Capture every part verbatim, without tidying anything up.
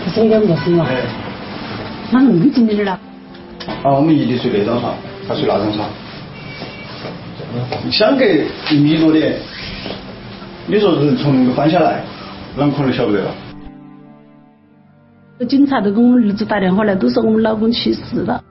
这两个是吗？ 哎。 那我们今天了。 啊，我们一地睡那张床，他睡那张床。相隔一米多点，你说人从那个翻下来，啷可能晓不得了？ 警察都给我们儿子打电话来，都说我们老公去世了。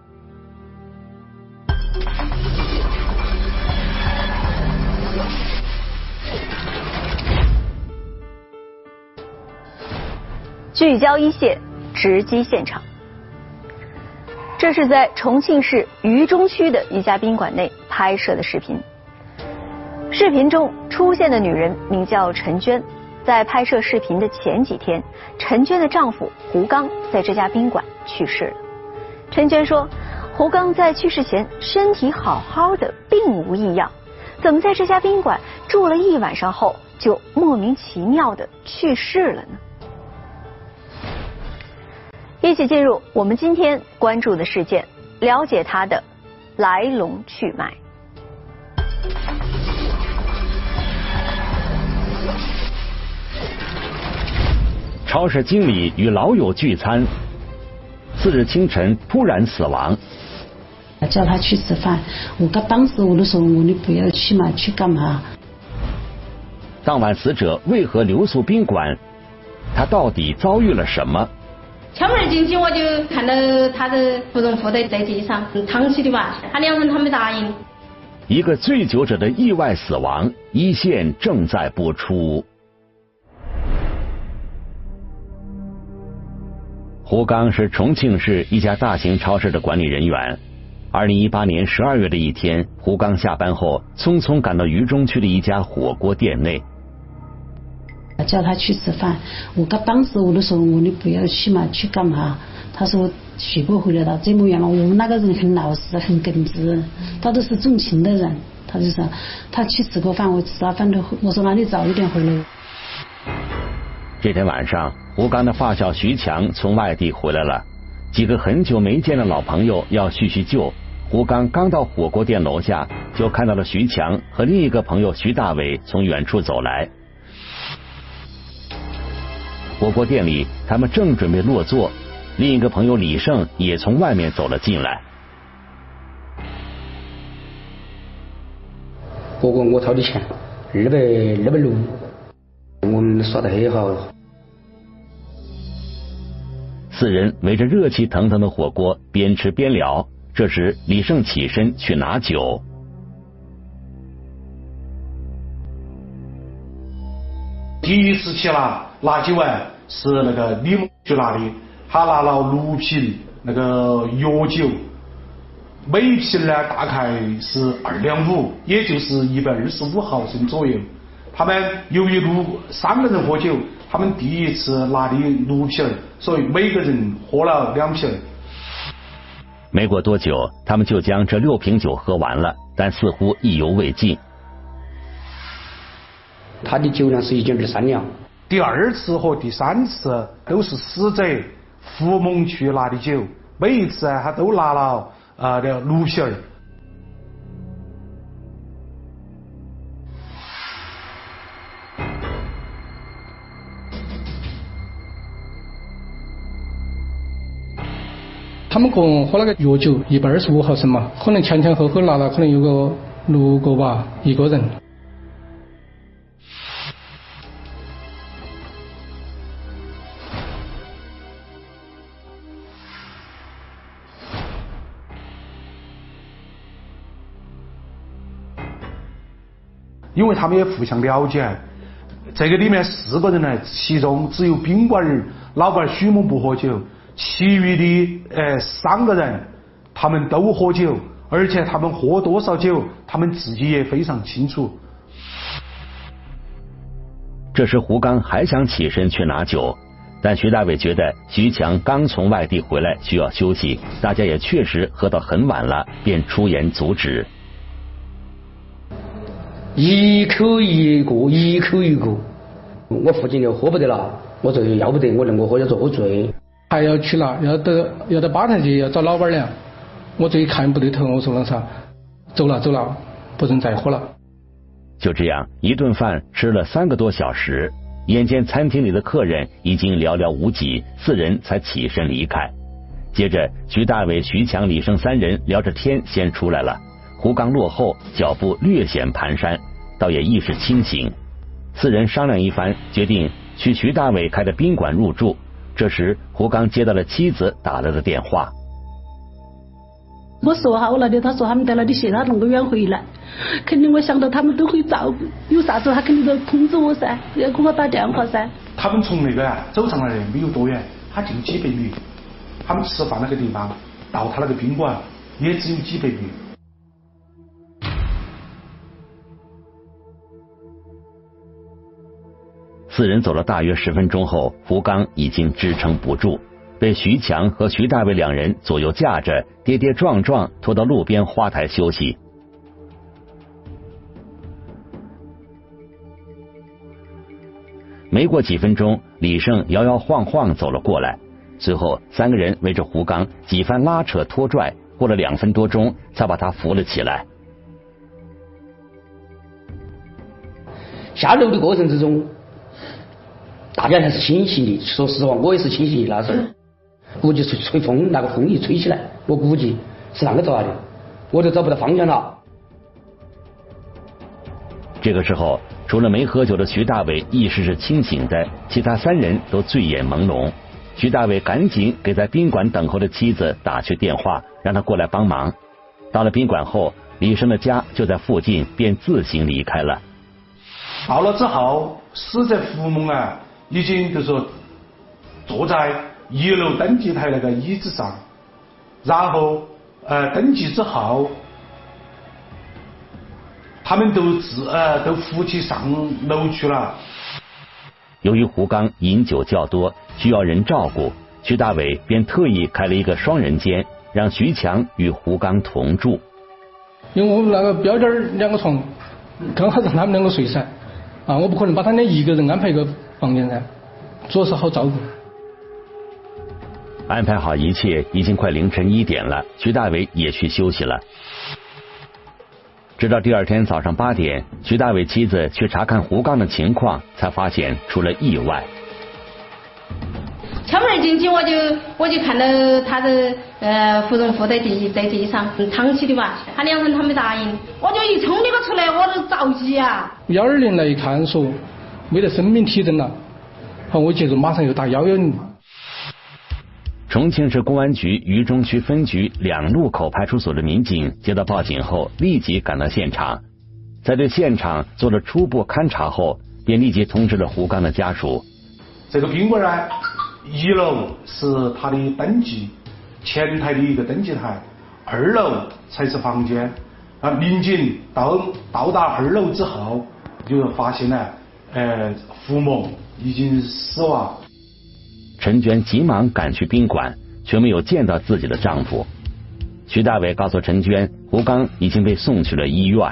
聚焦一线，直击现场。这是在重庆市渝中区的一家宾馆内拍摄的视频。视频中出现的女人名叫陈娟，在拍摄视频的前几天，陈娟的丈夫胡刚在这家宾馆去世了。陈娟说，胡刚在去世前身体好好的，并无异样，怎么在这家宾馆住了一晚上后，就莫名其妙的去世了呢？一起进入我们今天关注的事件，了解它的来龙去脉。 超市经理与老友聚餐，次日清晨突然死亡。 叫他去吃饭，我刚当时我都说我你不要去嘛，去干嘛？ 当晚死者为何留宿宾馆？他到底遭遇了什么？ 敲门进去，我就看到他的芙蓉铺在在地上躺起的吧，他两人他没答应。 一个醉酒者的意外死亡，一线正在播出。胡刚是重庆市一家大型超市的管理人员。二零一八年十二月的一天，胡刚下班后匆匆赶到渝中区的一家火锅店内。 叫他去吃饭，我刚当时我都说我你不要去嘛，去干嘛？他说娶不回来了，这么远嘛。我们那个人很老实，很耿直，他都是重情的人。他就说他去吃个饭，我吃了饭都，我说那你早一点回来。 这天晚上，胡刚的发小徐强从外地回来了，几个很久没见的老朋友要叙叙旧。胡刚刚到火锅店楼下，就看到了徐强和另一个朋友徐大伟从远处走来。火锅店里，他们正准备落座，另一个朋友李胜也从外面走了进来。 火锅我掏的钱，二百二百六，我们耍得很好。 四人围着热气腾腾的火锅边吃边聊。这时，李胜起身去拿酒。 第一次去拿拿酒啊，是那个李某去拿的，他拿了六瓶那个药酒，每瓶呢大概是二两五，也就是一百二十五毫升左右。他们由于六三个人喝酒，他们第一次拿的六瓶，所以每个人喝了两瓶。 没过多久，他们就将这六瓶酒喝完了，但似乎意犹未尽。 他的酒量是一斤二三两。 第二次和第三次都是死者胡某去拿的酒，每一次啊他都拿了啊的六瓶儿。 他们共喝了个药酒一百二十五毫升嘛，可能前前后后拿了可能有个六个吧，一个人。 因为他们也互相了解，这个里面四个人呢，其中只有宾馆老板许某不喝酒，其余的呃三个人他们都喝酒，而且他们喝多少酒，他们自己也非常清楚。 这时胡刚还想起身去拿酒，但徐大伟觉得徐强刚从外地回来需要休息，大家也确实喝到很晚了，便出言阻止。 一口一个，一口一个，我附近就喝不得了，我这要不得，我能够喝就喝醉。 还要去了，要到要到吧台去，要找老板娘。我这一看不对头，我说那啥，走了走了，不能再喝了。 就这样，一顿饭吃了三个多小时， 眼见餐厅里的客人已经寥寥无几，四人才起身离开。接着，徐大伟、徐强、李胜三人聊着天先出来了。胡刚落后，脚步略显蹒跚，倒也意识清醒。四人商量一番，决定去徐大伟开的宾馆入住。这时，胡刚接到了妻子打来的电话。 我说好了的，他说他们在那里歇，他那么远回来，肯定我想到他们都会照顾，有啥子他肯定都通知我噻，要给我打电话噻。 他们从那个啊走上来的没有多远，他就几百米。他们吃饭那个地方到他那个宾馆也只有几百米。 四人走了大约十分钟后，胡刚已经支撑不住，被徐强和徐大伟两人左右架着，跌跌撞撞拖到路边花台休息。没过几分钟，李胜摇摇晃晃走了过来，随后三个人围着胡刚几番拉扯拖拽，过了两分多钟才把他扶了起来。 下楼的过程之中，大家还是清醒的，说实话我也是清醒的，那时候估计是吹风，那个风一吹起来，我估计是那个着的，我就找不到方向了。 这个时候，除了没喝酒的徐大伟意识是清醒的，其他三人都醉眼朦胧。徐大伟赶紧给在宾馆等候的妻子打去电话，让他过来帮忙。到了宾馆后，李生的家就在附近，便自行离开了。 到了之后，死者胡某啊，已经就是说坐在一楼登记台那个椅子上，然后呃登记之后，他们都自呃都扶起上楼去了。 由于胡刚饮酒较多，需要人照顾，徐大伟便特意开了一个双人间，让徐强与胡刚同住。 因为我们那个标间两个床，刚好让他们两个睡噻，啊，我不可能把他们一个人安排一个房间噻，主要是好照顾。 安排好一切，已经快凌晨一点了，徐大伟也去休息了。直到第二天早上八点，徐大伟妻子去查看胡刚的情况，才发现出了意外。 敲门进去，我就我就看到他的呃芙蓉附在地在地上躺起的吧，他两声他没答应，我就一冲那个出来，我都着急啊。 幺二零来一看说没得生命体征了，好，我接着马上又打幺幺零。 重庆市公安局渝中区分局两路口派出所的民警接到报警后，立即赶到现场。在对现场做了初步勘查后，便立即通知了胡刚的家属。 这个宾馆呢，一楼是他的登记前台的一个登记台，二楼才是房间。啊，民警到到达二楼之后，就发现呢，呃，胡某已经死亡。 陈娟急忙赶去宾馆，却没有见到自己的丈夫。徐大伟告诉陈娟，胡刚已经被送去了医院。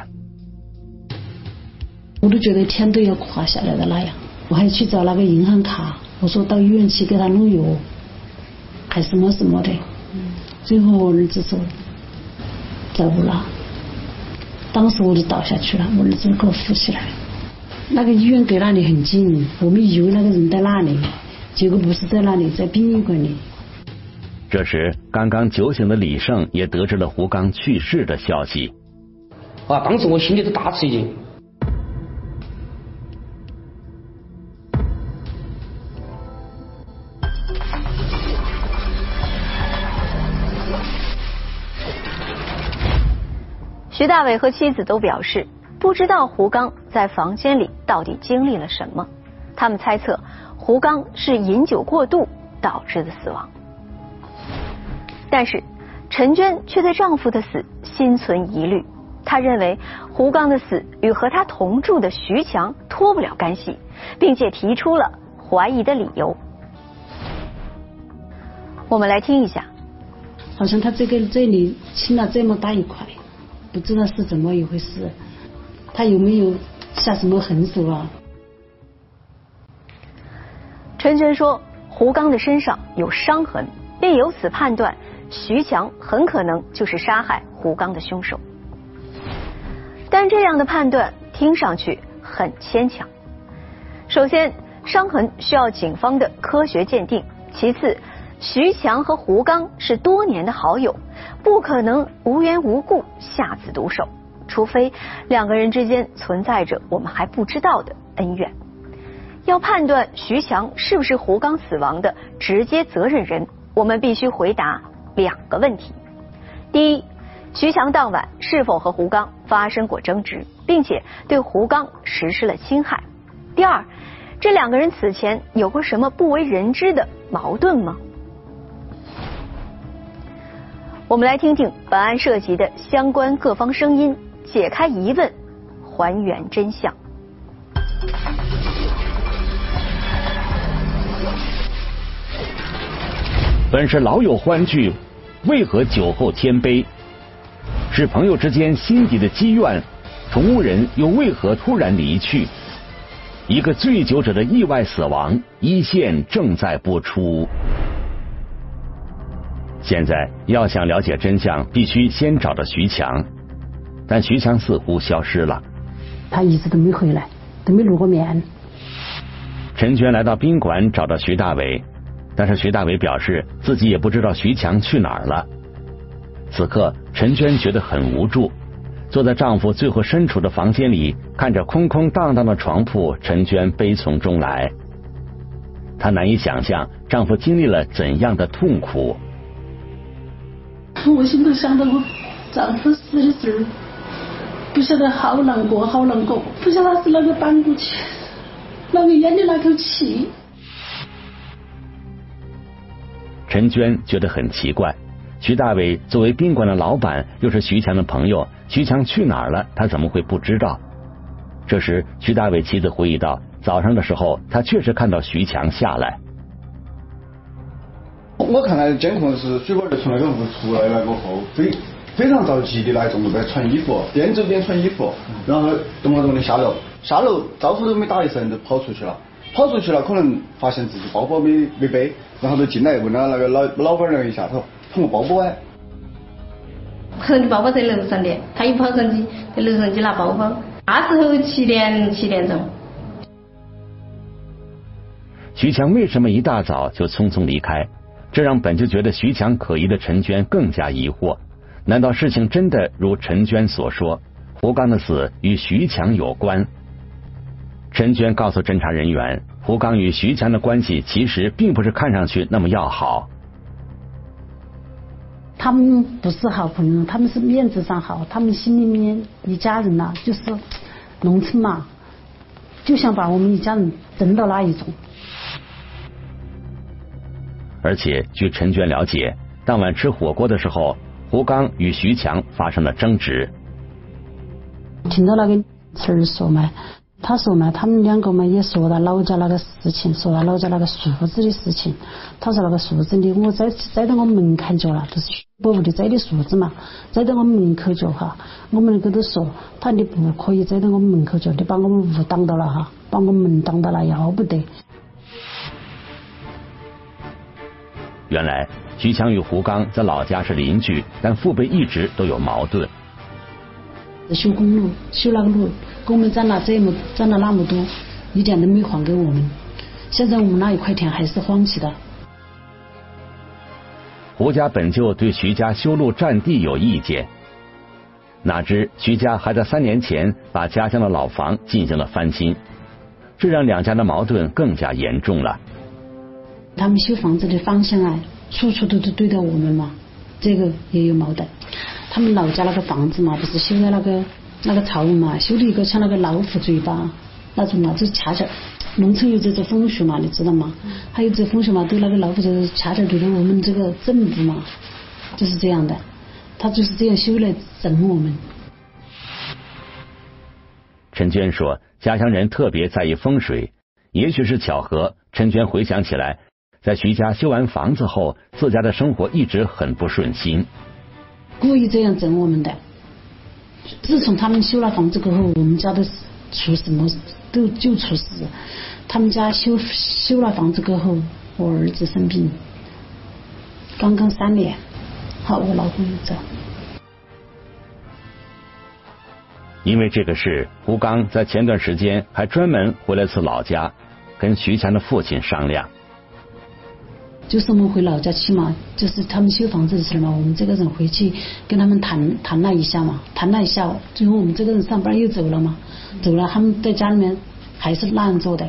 我都觉得天都要垮下来了那样，我还去找那个银行卡，我说到医院去给他弄药，还什么什么的。最后我儿子说走了，当时我就倒下去了，我儿子给我扶起来。那个医院隔那里很近，我们以为那个人在那里，结果不是在那里，在殡仪馆里。 这时，刚刚酒醒的李胜也得知了胡刚去世的消息。 啊，当时我心里都大吃一惊。 徐大伟和妻子都表示，不知道胡刚在房间里到底经历了什么。他们猜测胡刚是饮酒过度导致的死亡。但是陈娟却对丈夫的死心存疑虑，她认为胡刚的死与和他同住的徐强脱不了干系，并且提出了怀疑的理由。我们来听一下。 好像他这个这里青了这么大一块，不知道是怎么一回事，他有没有下什么狠手啊？ 陈娟说，胡刚的身上有伤痕，并由此判断徐强很可能就是杀害胡刚的凶手。但这样的判断听上去很牵强。首先， 伤痕需要警方的科学鉴定。其次，徐强和胡刚是多年的好友，不可能无缘无故下此毒手，除非两个人之间存在着我们还不知道的恩怨。要判断徐强是不是胡刚死亡的直接责任人，我们必须回答两个问题。第一，徐强当晚是否和胡刚发生过争执，并且对胡刚实施了侵害？第二，这两个人此前有过什么不为人知的矛盾吗？我们来听听本案涉及的相关各方声音，解开疑问，还原真相。 本是老友欢聚，为何酒后添杯？是朋友之间心底的积怨，宠物人又为何突然离去？一个醉酒者的意外死亡，一线正在播出。现在要想了解真相，必须先找到徐强，但徐强似乎消失了， 他一直都没回来，都没露过面。 陈娟来到宾馆找到徐大伟，但是徐大伟表示自己也不知道徐强去哪儿了。此刻陈娟觉得很无助，坐在丈夫最后身处的房间里，看着空空荡荡的床铺，陈娟悲从中来。她难以想象丈夫经历了怎样的痛苦。 我心头想到我丈夫死的时候，不晓得好难过好难过，不晓得他是哪个搬过去，哪个咽的那口气。 陈娟觉得很奇怪，徐大伟作为宾馆的老板，又是徐强的朋友，徐强去哪儿了，他怎么会不知道？这时徐大伟妻子回忆到，早上的时候他确实看到徐强下来。 我看来监控是水果儿从那个屋出来了过后，非非常着急的来中路在穿衣服，边走边穿衣服，然后咚咚咚的下楼，下楼招呼都没打一声就跑出去了，跑出去了可能发现自己包包没没背，然后就进来问了那个老老板娘一下头，他我包包哎， 可能包包在楼上的，他一跑上去在楼上去拿包包，那时候七点七点钟。 徐强为什么一大早就匆匆离开？这让本就觉得徐强可疑的陈娟更加疑惑，难道事情真的如陈娟所说，胡刚的死与徐强有关？陈娟告诉侦查人员，胡刚与徐强的关系其实并不是看上去那么要好。 他们不是好朋友，他们是面子上好，他们心里面一家人呐、啊，就是农村嘛，就想把我们一家人整到那一种。 而且据陈娟了解，当晚吃火锅的时候，胡刚与徐强发生了争执。 听到那个词儿说嘛，他说嘛，他们两个嘛也说到老家那个事情，说到老家那个树子的事情。他说那个树子的，我栽栽到我门看着了，就是伯屋里栽的树子嘛，栽到我们门口就哈。我们那个都说，他你不可以栽到我们门口就，你把我们屋挡到了哈，把我们门挡到了，要不得。 原来徐强与胡刚在老家是邻居，但父辈一直都有矛盾。 修公路，修那个路，给我们占了这么占了那么多，一点都没还给我们。现在我们那一块田还是荒起的。 胡家本就对徐家修路占地有意见，哪知徐家还在三年前把家乡的老房进行了翻新，这让两家的矛盾更加严重了。 他们修房子的方向啊，处处都都对待我们嘛，这个也有矛盾。他们老家那个房子嘛，不是修在那个那个朝嘛，修的一个像那个老虎嘴巴那种嘛，就恰恰农村有这种风俗嘛，你知道吗？还有这风俗嘛，对那个老虎就是恰恰对着我们这个镇子嘛，就是这样的，他就是这样修来整我们。 陈娟说，家乡人特别在意风水，也许是巧合。陈娟回想起来，在徐家修完房子后，自家的生活一直很不顺心， 故意这样整我们的。自从他们修了房子过后，我们家的出什么都就出事。他们家修修了房子过后，我儿子生病，刚刚三年，好，我老公走。 因为这个事，胡刚在前段时间还专门回了次老家， 跟徐强的父亲商量。 就是我们回老家去嘛，就是他们修房子的事嘛，我们这个人回去跟他们谈谈了一下嘛，谈了一下，最后我们这个人上班又走了嘛，走了，他们在家里面还是那样做的。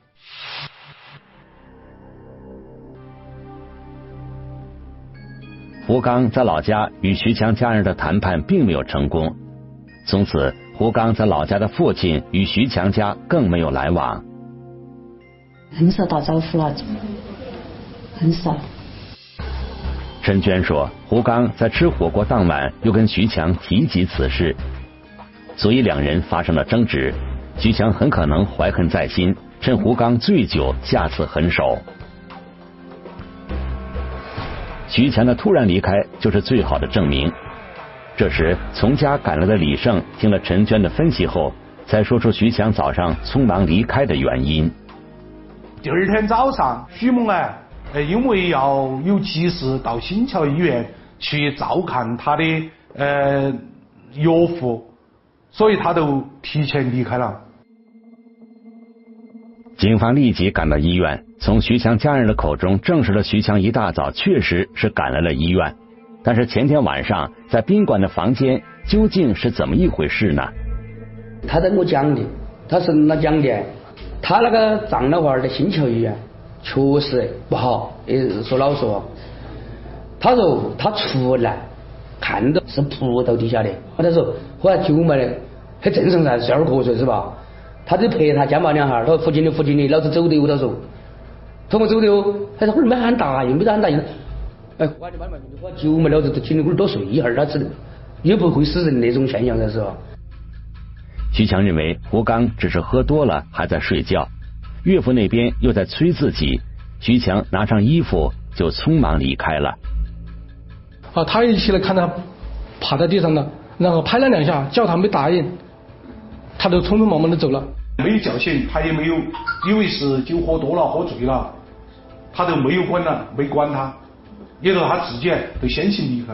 胡刚在老家与徐强家人的谈判并没有成功，从此胡刚在老家的父亲与徐强家更没有来往， 很少打招呼了，很少。 陈娟说，胡刚在吃火锅当晚又跟徐强提及此事，所以两人发生了争执。徐强很可能怀恨在心，趁胡刚醉酒下次狠手。徐强的突然离开就是最好的证明。这时从家赶来的李胜听了陈娟的分析后，才说出徐强早上匆忙离开的原因。 第二天早上，许某啊，呃，因为要有急事到新桥医院去照看他的呃岳父，所以他都提前离开了。 警方立即赶到医院，从徐强家人的口中证实了徐强一大早确实是赶来了医院，但是前天晚上在宾馆的房间究竟是怎么一回事呢？ 他跟我讲的，他是那讲的，他那个丈老汉在新桥医院确实不好，也说老实话。他说他出来看到是葡萄底下的，他说喝下酒嘛的，很正常噻，笑儿瞌睡是吧？他就陪他肩膀两下，他说父亲的父亲的，老子走的我他说，他们走的哦，他说没喊答应，没喊答应，哎，管你妈妈你喝酒嘛，老子请你给我多睡一会儿，他是也不会死人那种现象噻，是吧？ 徐强认为胡刚只是喝多了还在睡觉，岳父那边又在催自己，徐强拿上衣服就匆忙离开了。 啊，他一起来看他趴在地上了，然后拍了两下，叫他没答应，他就匆匆忙忙的走了。 没有叫醒，他也没有以为是酒喝多了喝醉了，他都没有管了，没管他，也就他自己就先行离开。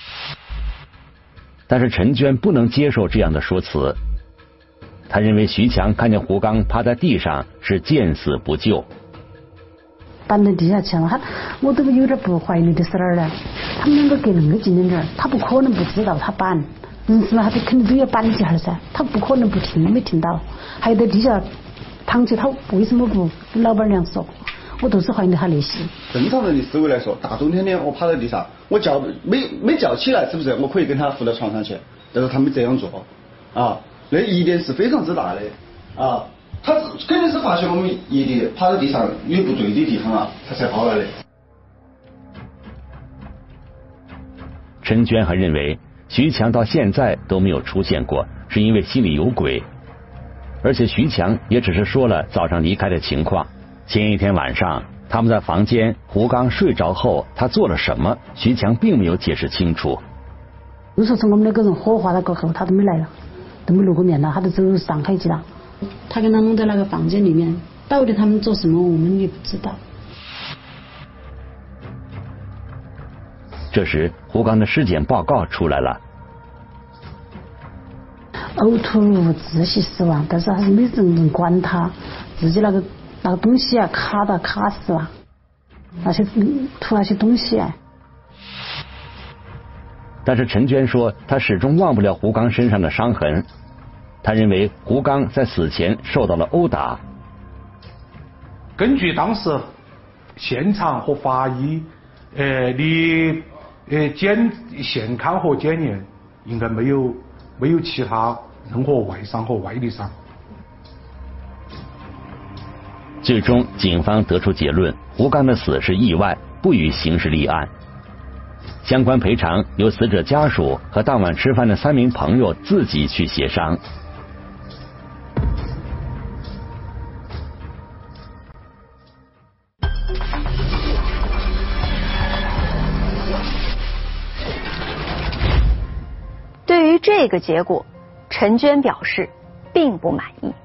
但是陈娟不能接受这样的说辞，他认为徐强看见胡刚趴在地上是见死不救。 搬到地下去了，他我都有点不怀疑的是哪儿呢？他们两个隔那么近的点儿，他不可能不知道他搬，人是嘛，他肯定都要搬几下噻，他不可能不听，没听到，还在地下躺起，他为什么不跟老板娘说？我都是怀疑他那些。 正常人的思维来说，大冬天的我趴在地上，我叫没没叫起来，是不是？我可以跟他扶到床上去，但是他没这样做，啊，那疑点是非常之大的啊。他肯定是发现我们一地趴在地上有不对的地方啊，他才跑来的。 陈娟还认为徐强到现在都没有出现过，是因为心里有鬼，而且徐强也只是说了早上离开的情况。前一天晚上他们在房间，胡刚睡着后他做了什么，徐强并没有解释清楚。 有时候从我们那个人火化了过后，他都没来了，都没露过面了，他都走上海去了。他跟他弄在那个房间里面，到底他们做什么我们也不知道。 这时胡刚的尸检报告出来了， 呕吐物、窒息死亡，但是还是没人能管他，自己那个那个东西啊卡到卡死了，那些吐那些东西啊。 但是陈娟说她始终忘不了胡刚身上的伤痕，他认为胡刚在死前受到了殴打。 根据当时现场和法医呃的呃检现勘和检验，应该没有没有其他任何外伤和外力伤。 最终警方得出结论，胡刚的死是意外，不予刑事立案。相关赔偿由死者家属和当晚吃饭的三名朋友自己去协商。 对于这个结果，陈娟表示并不满意。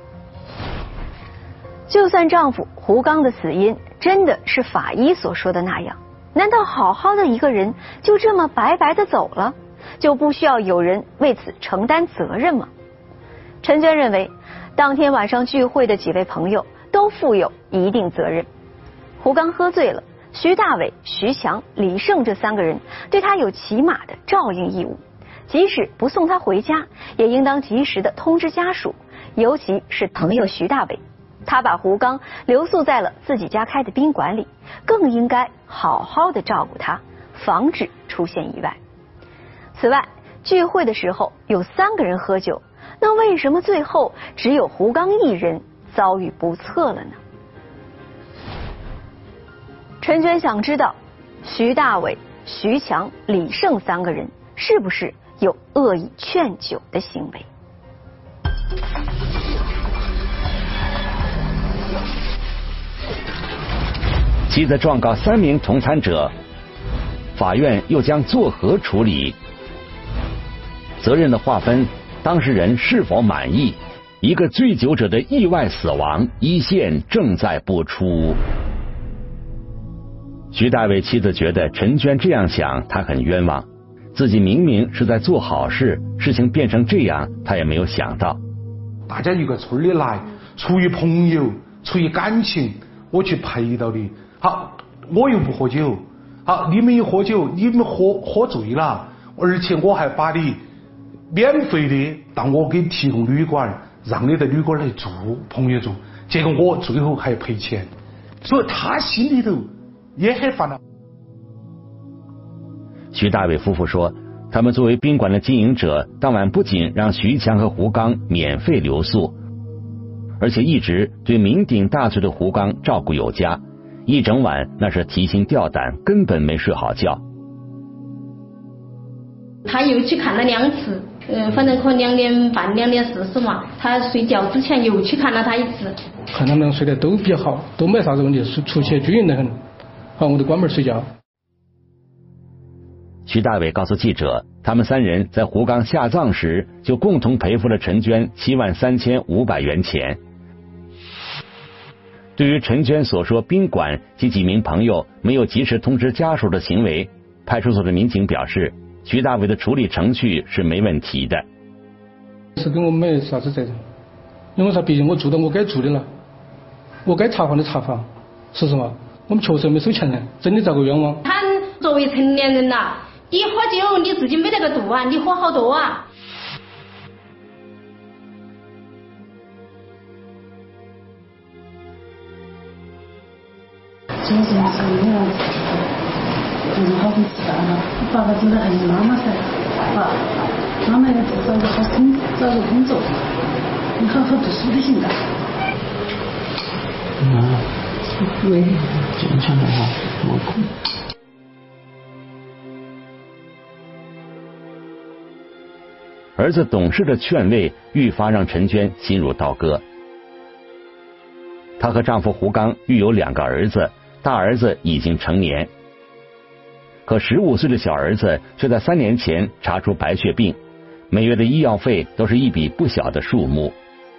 就算丈夫胡刚的死因真的是法医所说的那样，难道好好的一个人就这么白白的走了，就不需要有人为此承担责任吗？陈娟认为，当天晚上聚会的几位朋友都负有一定责任。胡刚喝醉了，徐大伟、徐强、李胜这三个人对他有起码的照应义务，即使不送他回家，也应当及时的通知家属，尤其是朋友徐大伟，他把胡刚留宿在了自己家开的宾馆里，更应该好好的照顾他，防止出现意外。此外，聚会的时候有三个人喝酒，那为什么最后只有胡刚一人遭遇不测了呢？陈娟想知道，徐大伟、徐强、李胜三个人是不是有恶意劝酒的行为？ 妻子状告三名同参者，法院又将作何处理？责任的划分，当事人是否满意？一个醉酒者的意外死亡，一线正在播出。徐大伟妻子觉得陈娟这样想，他很冤枉，自己明明是在做好事，事情变成这样，他也没有想到。 大家一个村里来，出于朋友，出于感情，我去陪到的。好，我又不喝酒，好，你们一喝酒，你们喝喝醉了，而且我还把你免费的当我给提供旅馆，让你在旅馆里住，朋友住，结果我最后还赔钱，所以他心里头也很烦恼。 徐大伟夫妇说，他们作为宾馆的经营者，当晚不仅让徐强和胡刚免费留宿，而且一直对酩酊大醉的胡刚照顾有加，一整晚那是提心吊胆，根本没睡好觉。 他又去看了两次，呃，反正可能两点半、两点四十嘛。他睡觉之前又去看了他一次。 看他们睡得都比较好，都没啥子问题，出去均匀得很。好，我就关门睡觉。 徐大伟告诉记者，他们三人在胡刚下葬时就共同赔付了陈娟七万三千五百元钱。对于陈娟所说宾馆及几名朋友没有及时通知家属的行为，派出所的民警表示，徐大伟的处理程序是没问题的。 是跟我没啥子责任，因为啥？毕竟我做到我该做的了，我该查房的查房，是什么？我们确实没收钱的，真的遭过冤枉。 他作为成年人了，你喝酒你自己没得个度啊，你喝好多啊。 这件事情是没有不是好生吃饭了，我爸爸走了还有妈妈噻，爸，妈妈要找个好工找个工作，你好好读书就行了。 嗯， 对， 正常的哈，我空。 儿子懂事的劝慰，愈发让陈娟心如刀割。她和丈夫胡刚育有两个儿子，大儿子已经成年，可十五岁的小儿子却在三年前查出白血病，每月的医药费都是一笔不小的数目。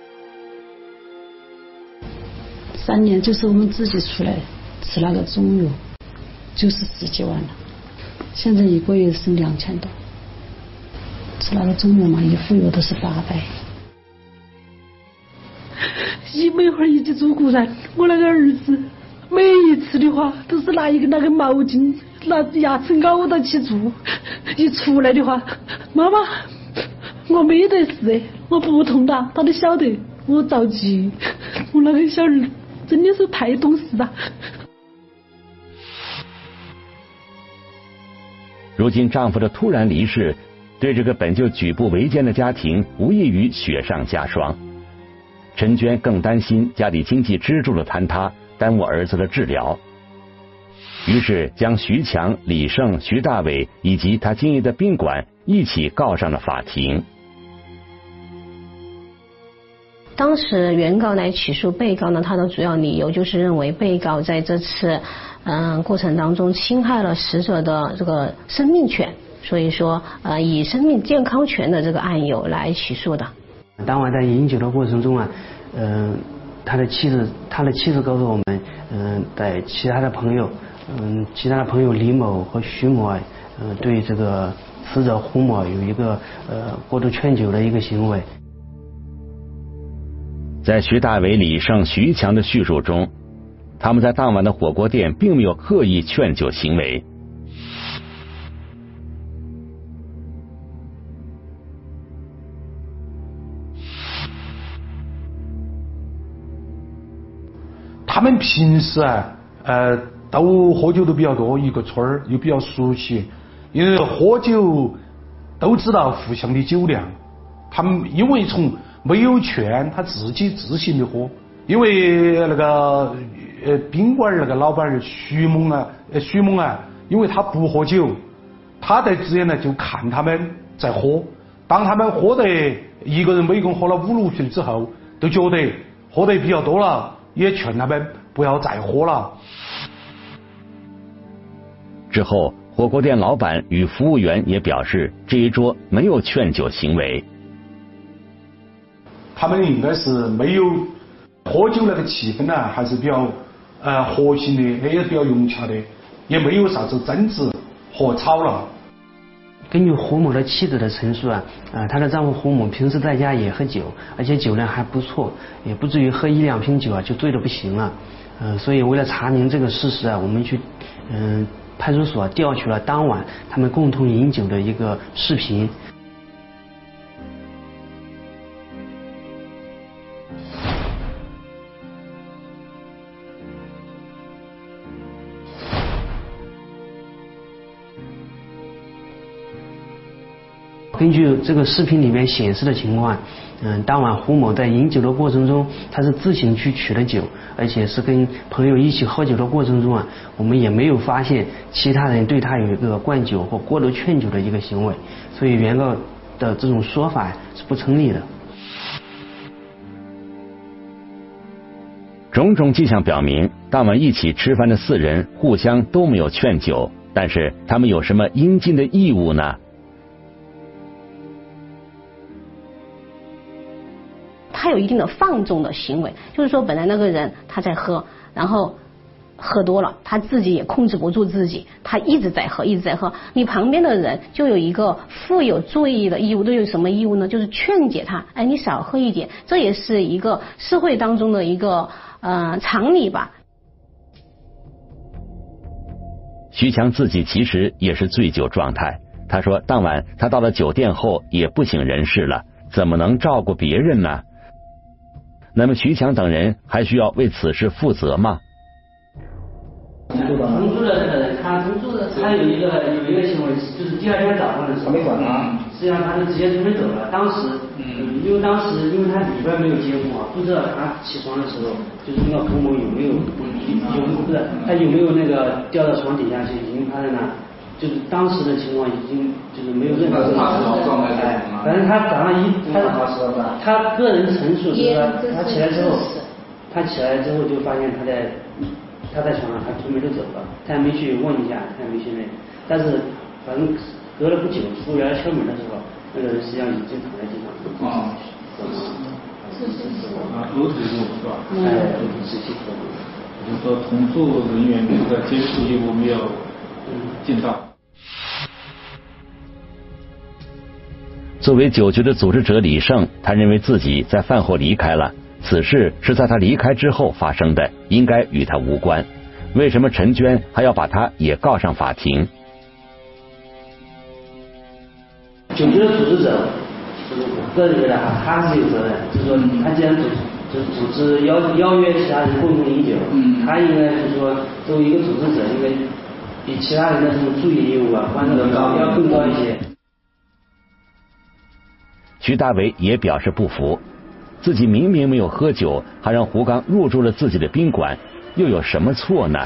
三年就是我们自己出来吃那个中药，就是十几万了，现在一个月是两千多，吃那个中药嘛，一副药都是八百。 一每会儿一起做果然，我那个儿子每一次的话都是拿一个那个毛巾拿牙齿咬到起做，一出来的话，妈妈我没得事，我不痛的，他都晓得我着急，我那个小儿真的是太懂事了。 如今丈夫的突然离世，对这个本就举步维艰的家庭无异于雪上加霜。陈娟更担心家里经济支柱的坍塌，耽误儿子的治疗，于是将徐强、李胜、徐大伟以及他经营的宾馆一起告上了法庭。 当时原告来起诉被告呢，他的主要理由就是认为被告在这次嗯、呃、过程当中侵害了死者的这个生命权，所以说呃以生命健康权的这个案由来起诉的。 当晚在饮酒的过程中啊，嗯、呃，他的妻子，他的妻子告诉我们，嗯、呃，在其他的朋友，嗯、呃，其他的朋友李某和徐某啊，呃，对这个死者胡某有一个呃过度劝酒的一个行为。 在徐大伟、李胜、徐强的叙述中，他们在当晚的火锅店并没有刻意劝酒行为。 他们平时啊，呃，都喝酒都比较多，一个村儿又比较熟悉，因为喝酒都知道互相的酒量。他们因为从没有劝，他自己自行的喝。因为那个呃宾馆那个老板徐某啊，呃徐某啊，因为他不喝酒，他在之前呢就看他们在喝。当他们喝得一个人每共喝了五六瓶之后，都觉得喝得比较多了，也劝他们不要再喝了。 之后，火锅店老板与服务员也表示，这一桌没有劝酒行为。 他们应该是没有喝酒那个气氛呢，还是比较呃和谐的，也比较融洽的，也没有啥子争执和吵闹。 根据胡某的妻子的陈述啊，呃，她的丈夫胡某平时在家也喝酒，而且酒量还不错，也不至于喝一两瓶酒啊就醉得不行了。呃，所以为了查明这个事实啊，我们去嗯、呃、派出所调取了当晚他们共同饮酒的一个视频。根据这个视频里面显示的情况，嗯，当晚胡某在饮酒的过程中，他是自行去取的酒，而且是跟朋友一起喝酒的过程中啊，我们也没有发现其他人对他有一个灌酒或过度劝酒的一个行为，所以原告的这种说法是不成立的。 种种迹象表明，当晚一起吃饭的四人互相都没有劝酒，但是他们有什么应尽的义务呢？ 他有一定的放纵的行为，就是说本来那个人他在喝，然后喝多了，他自己也控制不住自己，他一直在喝，一直在喝。你旁边的人就有一个负有注意的义务，都有什么义务呢？就是劝解他，哎，你少喝一点，这也是一个社会当中的一个呃常理吧。 徐强自己其实也是醉酒状态，他说当晚他到了酒店后也不省人事了，怎么能照顾别人呢？那么徐强等人还需要为此事负责吗？ 同住的这个人，他同住的他有一个有一个行为，就是第二天早上的时候，没管啊，实际上他就直接准备走了。当时，嗯，因为当时因为他里边没有监控啊，不知道他起床的时候，就是那个胡某有没有有不是他有没有那个掉到床底下去，已经趴在那。就是当时的情况已经就是没有任何的状态，哎，反正他早上一他他个人陈述是说他起来之后，他起来之后就发现他在他在床上，他准备就走了，他也没去问一下，他也没去那，但是反正隔了不久，服务员敲门的时候，那个人实际上已经躺在地上。啊， 是是是。啊，裸体是吧？ 哎，裸体是体脱。 也就是说，同住人员这个接触义务没有尽到。 作为酒局的组织者李胜，他认为自己在饭后离开了，此事是在他离开之后发生的，应该与他无关。为什么陈娟还要把他也告上法庭？ 酒局的组织者，我个人觉得他是有责任，就是说他既然组织组织邀邀约其他人共同饮酒，嗯，他应该就是说作为一个组织者，应该比其他人的这种注意义务啊、关注的高要更高一些。 徐大伟也表示不服，自己明明没有喝酒，还让胡刚入住了自己的宾馆，又有什么错呢？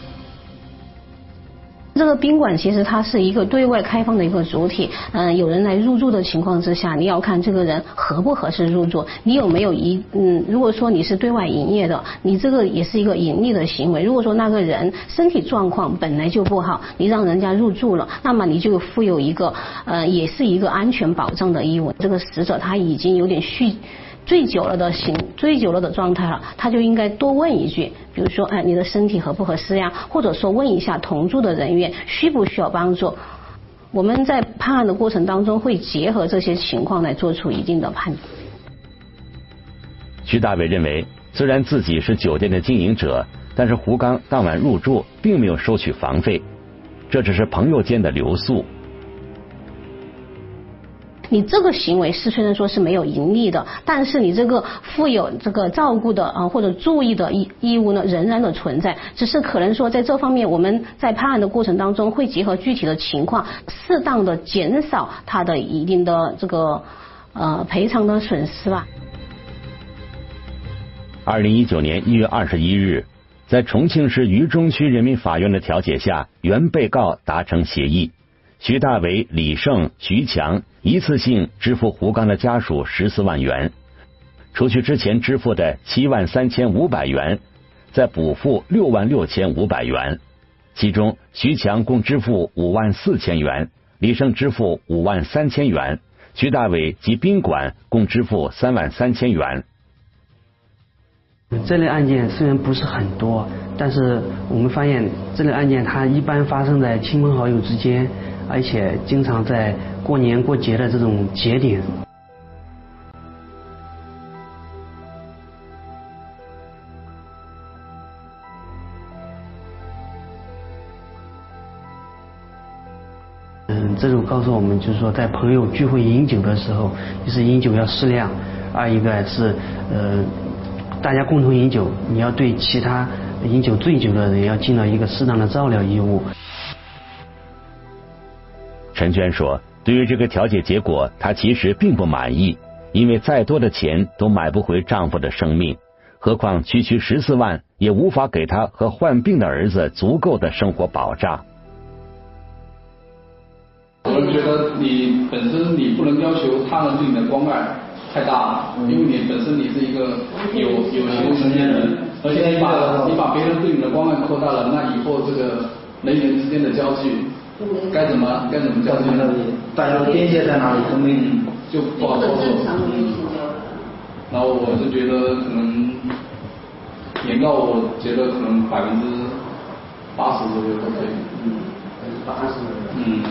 这个宾馆其实它是一个对外开放的一个主体，嗯、呃，有人来入住的情况之下，你要看这个人合不合适入住，你有没有一嗯，如果说你是对外营业的，你这个也是一个盈利的行为。如果说那个人身体状况本来就不好，你让人家入住了，那么你就负有一个呃，也是一个安全保障的义务。这个死者他已经有点酗。醉酒了的行，醉酒了的状态了，他就应该多问一句，比如说，哎，你的身体合不合适呀？或者说问一下同住的人员需不需要帮助。我们在判案的过程当中会结合这些情况来做出一定的判断。 徐大伟认为，虽然自己是酒店的经营者，但是胡刚当晚入住并没有收取房费，这只是朋友间的留宿。 你这个行为是虽然说是没有盈利的，但是你这个负有这个照顾的啊或者注意的义义务呢仍然的存在，只是可能说在这方面我们在判案的过程当中会结合具体的情况，适当的减少他的一定的这个呃赔偿的损失吧。 二零一九年一月二十一日，在重庆市渝中区人民法院的调解下，原被告达成协议。徐大伟、李胜、徐强一次性支付胡刚的家属十四万元，除去之前支付的七万三千五百元，再补付六万六千五百元。其中，徐强共支付五万四千元，李胜支付五万三千元，徐大伟及宾馆共支付三万三千元。 这类案件虽然不是很多，但是我们发现这类案件它一般发生在亲朋好友之间，而且经常在过年过节的这种节点。嗯，这就告诉我们，就是说在朋友聚会饮酒的时候，就是饮酒要适量，二一个是呃。大家共同饮酒，你要对其他饮酒醉酒的人要尽到一个适当的照料义务。 陈娟说，对于这个调解结果，她其实并不满意，因为再多的钱都买不回丈夫的生命，何况区区十四万也无法给她和患病的儿子足够的生活保障。 我觉得你本身你不能要求他人对你的关爱太大了，因为你本身你是一个有有形成年人，而且你把你把别人对你的关爱扩大了，那以后这个人与人之间的交际该怎么该怎么交际呢？ 大家的边界在哪里？分明就不好操作。然后我是觉得可能原告，我觉得可能百分之八十左右都可以。嗯， 八十。 嗯。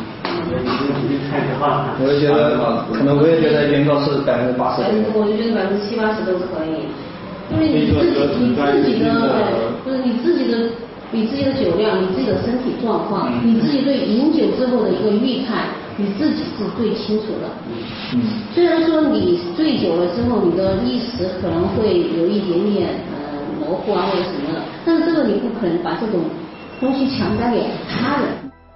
我也觉得，可能我也觉得原告是百分之八十。 我就觉得百分之七八十都可以，因为你自己你自己的，就是你自己的你自己的酒量，你自己的身体状况，你自己对饮酒之后的一个预判，你自己是最清楚的。 嗯。 虽然说你醉酒了之后，你的意识可能会有一点点呃模糊啊或者什么的，但是这个你不可能把这种东西强加给他人。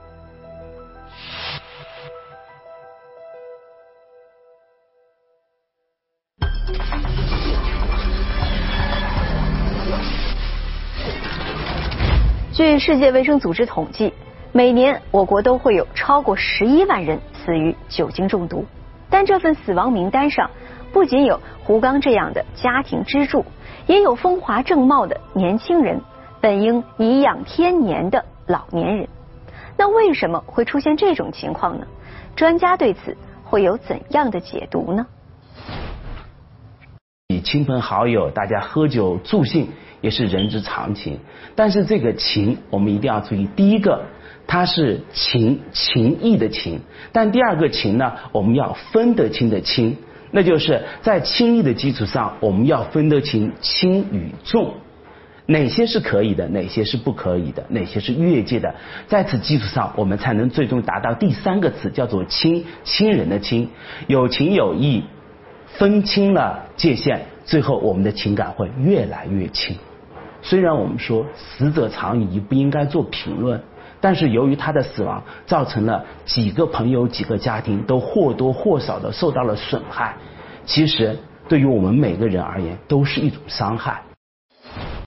据世界卫生组织统计，每年我国都会有超过十一万人死于酒精中毒。但这份死亡名单上，不仅有胡刚这样的家庭支柱，也有风华正茂的年轻人，本应颐养天年的老年人。那为什么会出现这种情况呢？专家对此会有怎样的解读呢？ 亲朋好友大家喝酒助兴也是人之常情，但是这个情我们一定要注意，第一个它是情情义的情，但第二个情呢，我们要分得清的清，那就是在轻义的基础上，我们要分得清轻与重，哪些是可以的，哪些是不可以的，哪些是越界的，在此基础上我们才能最终达到第三个词，叫做亲，亲人的亲，有情有义，分清了界限，最后我们的情感会越来越轻。虽然我们说死者常已不应该做评论，但是由于他的死亡造成了几个朋友几个家庭都或多或少的受到了损害，其实对于我们每个人而言都是一种伤害。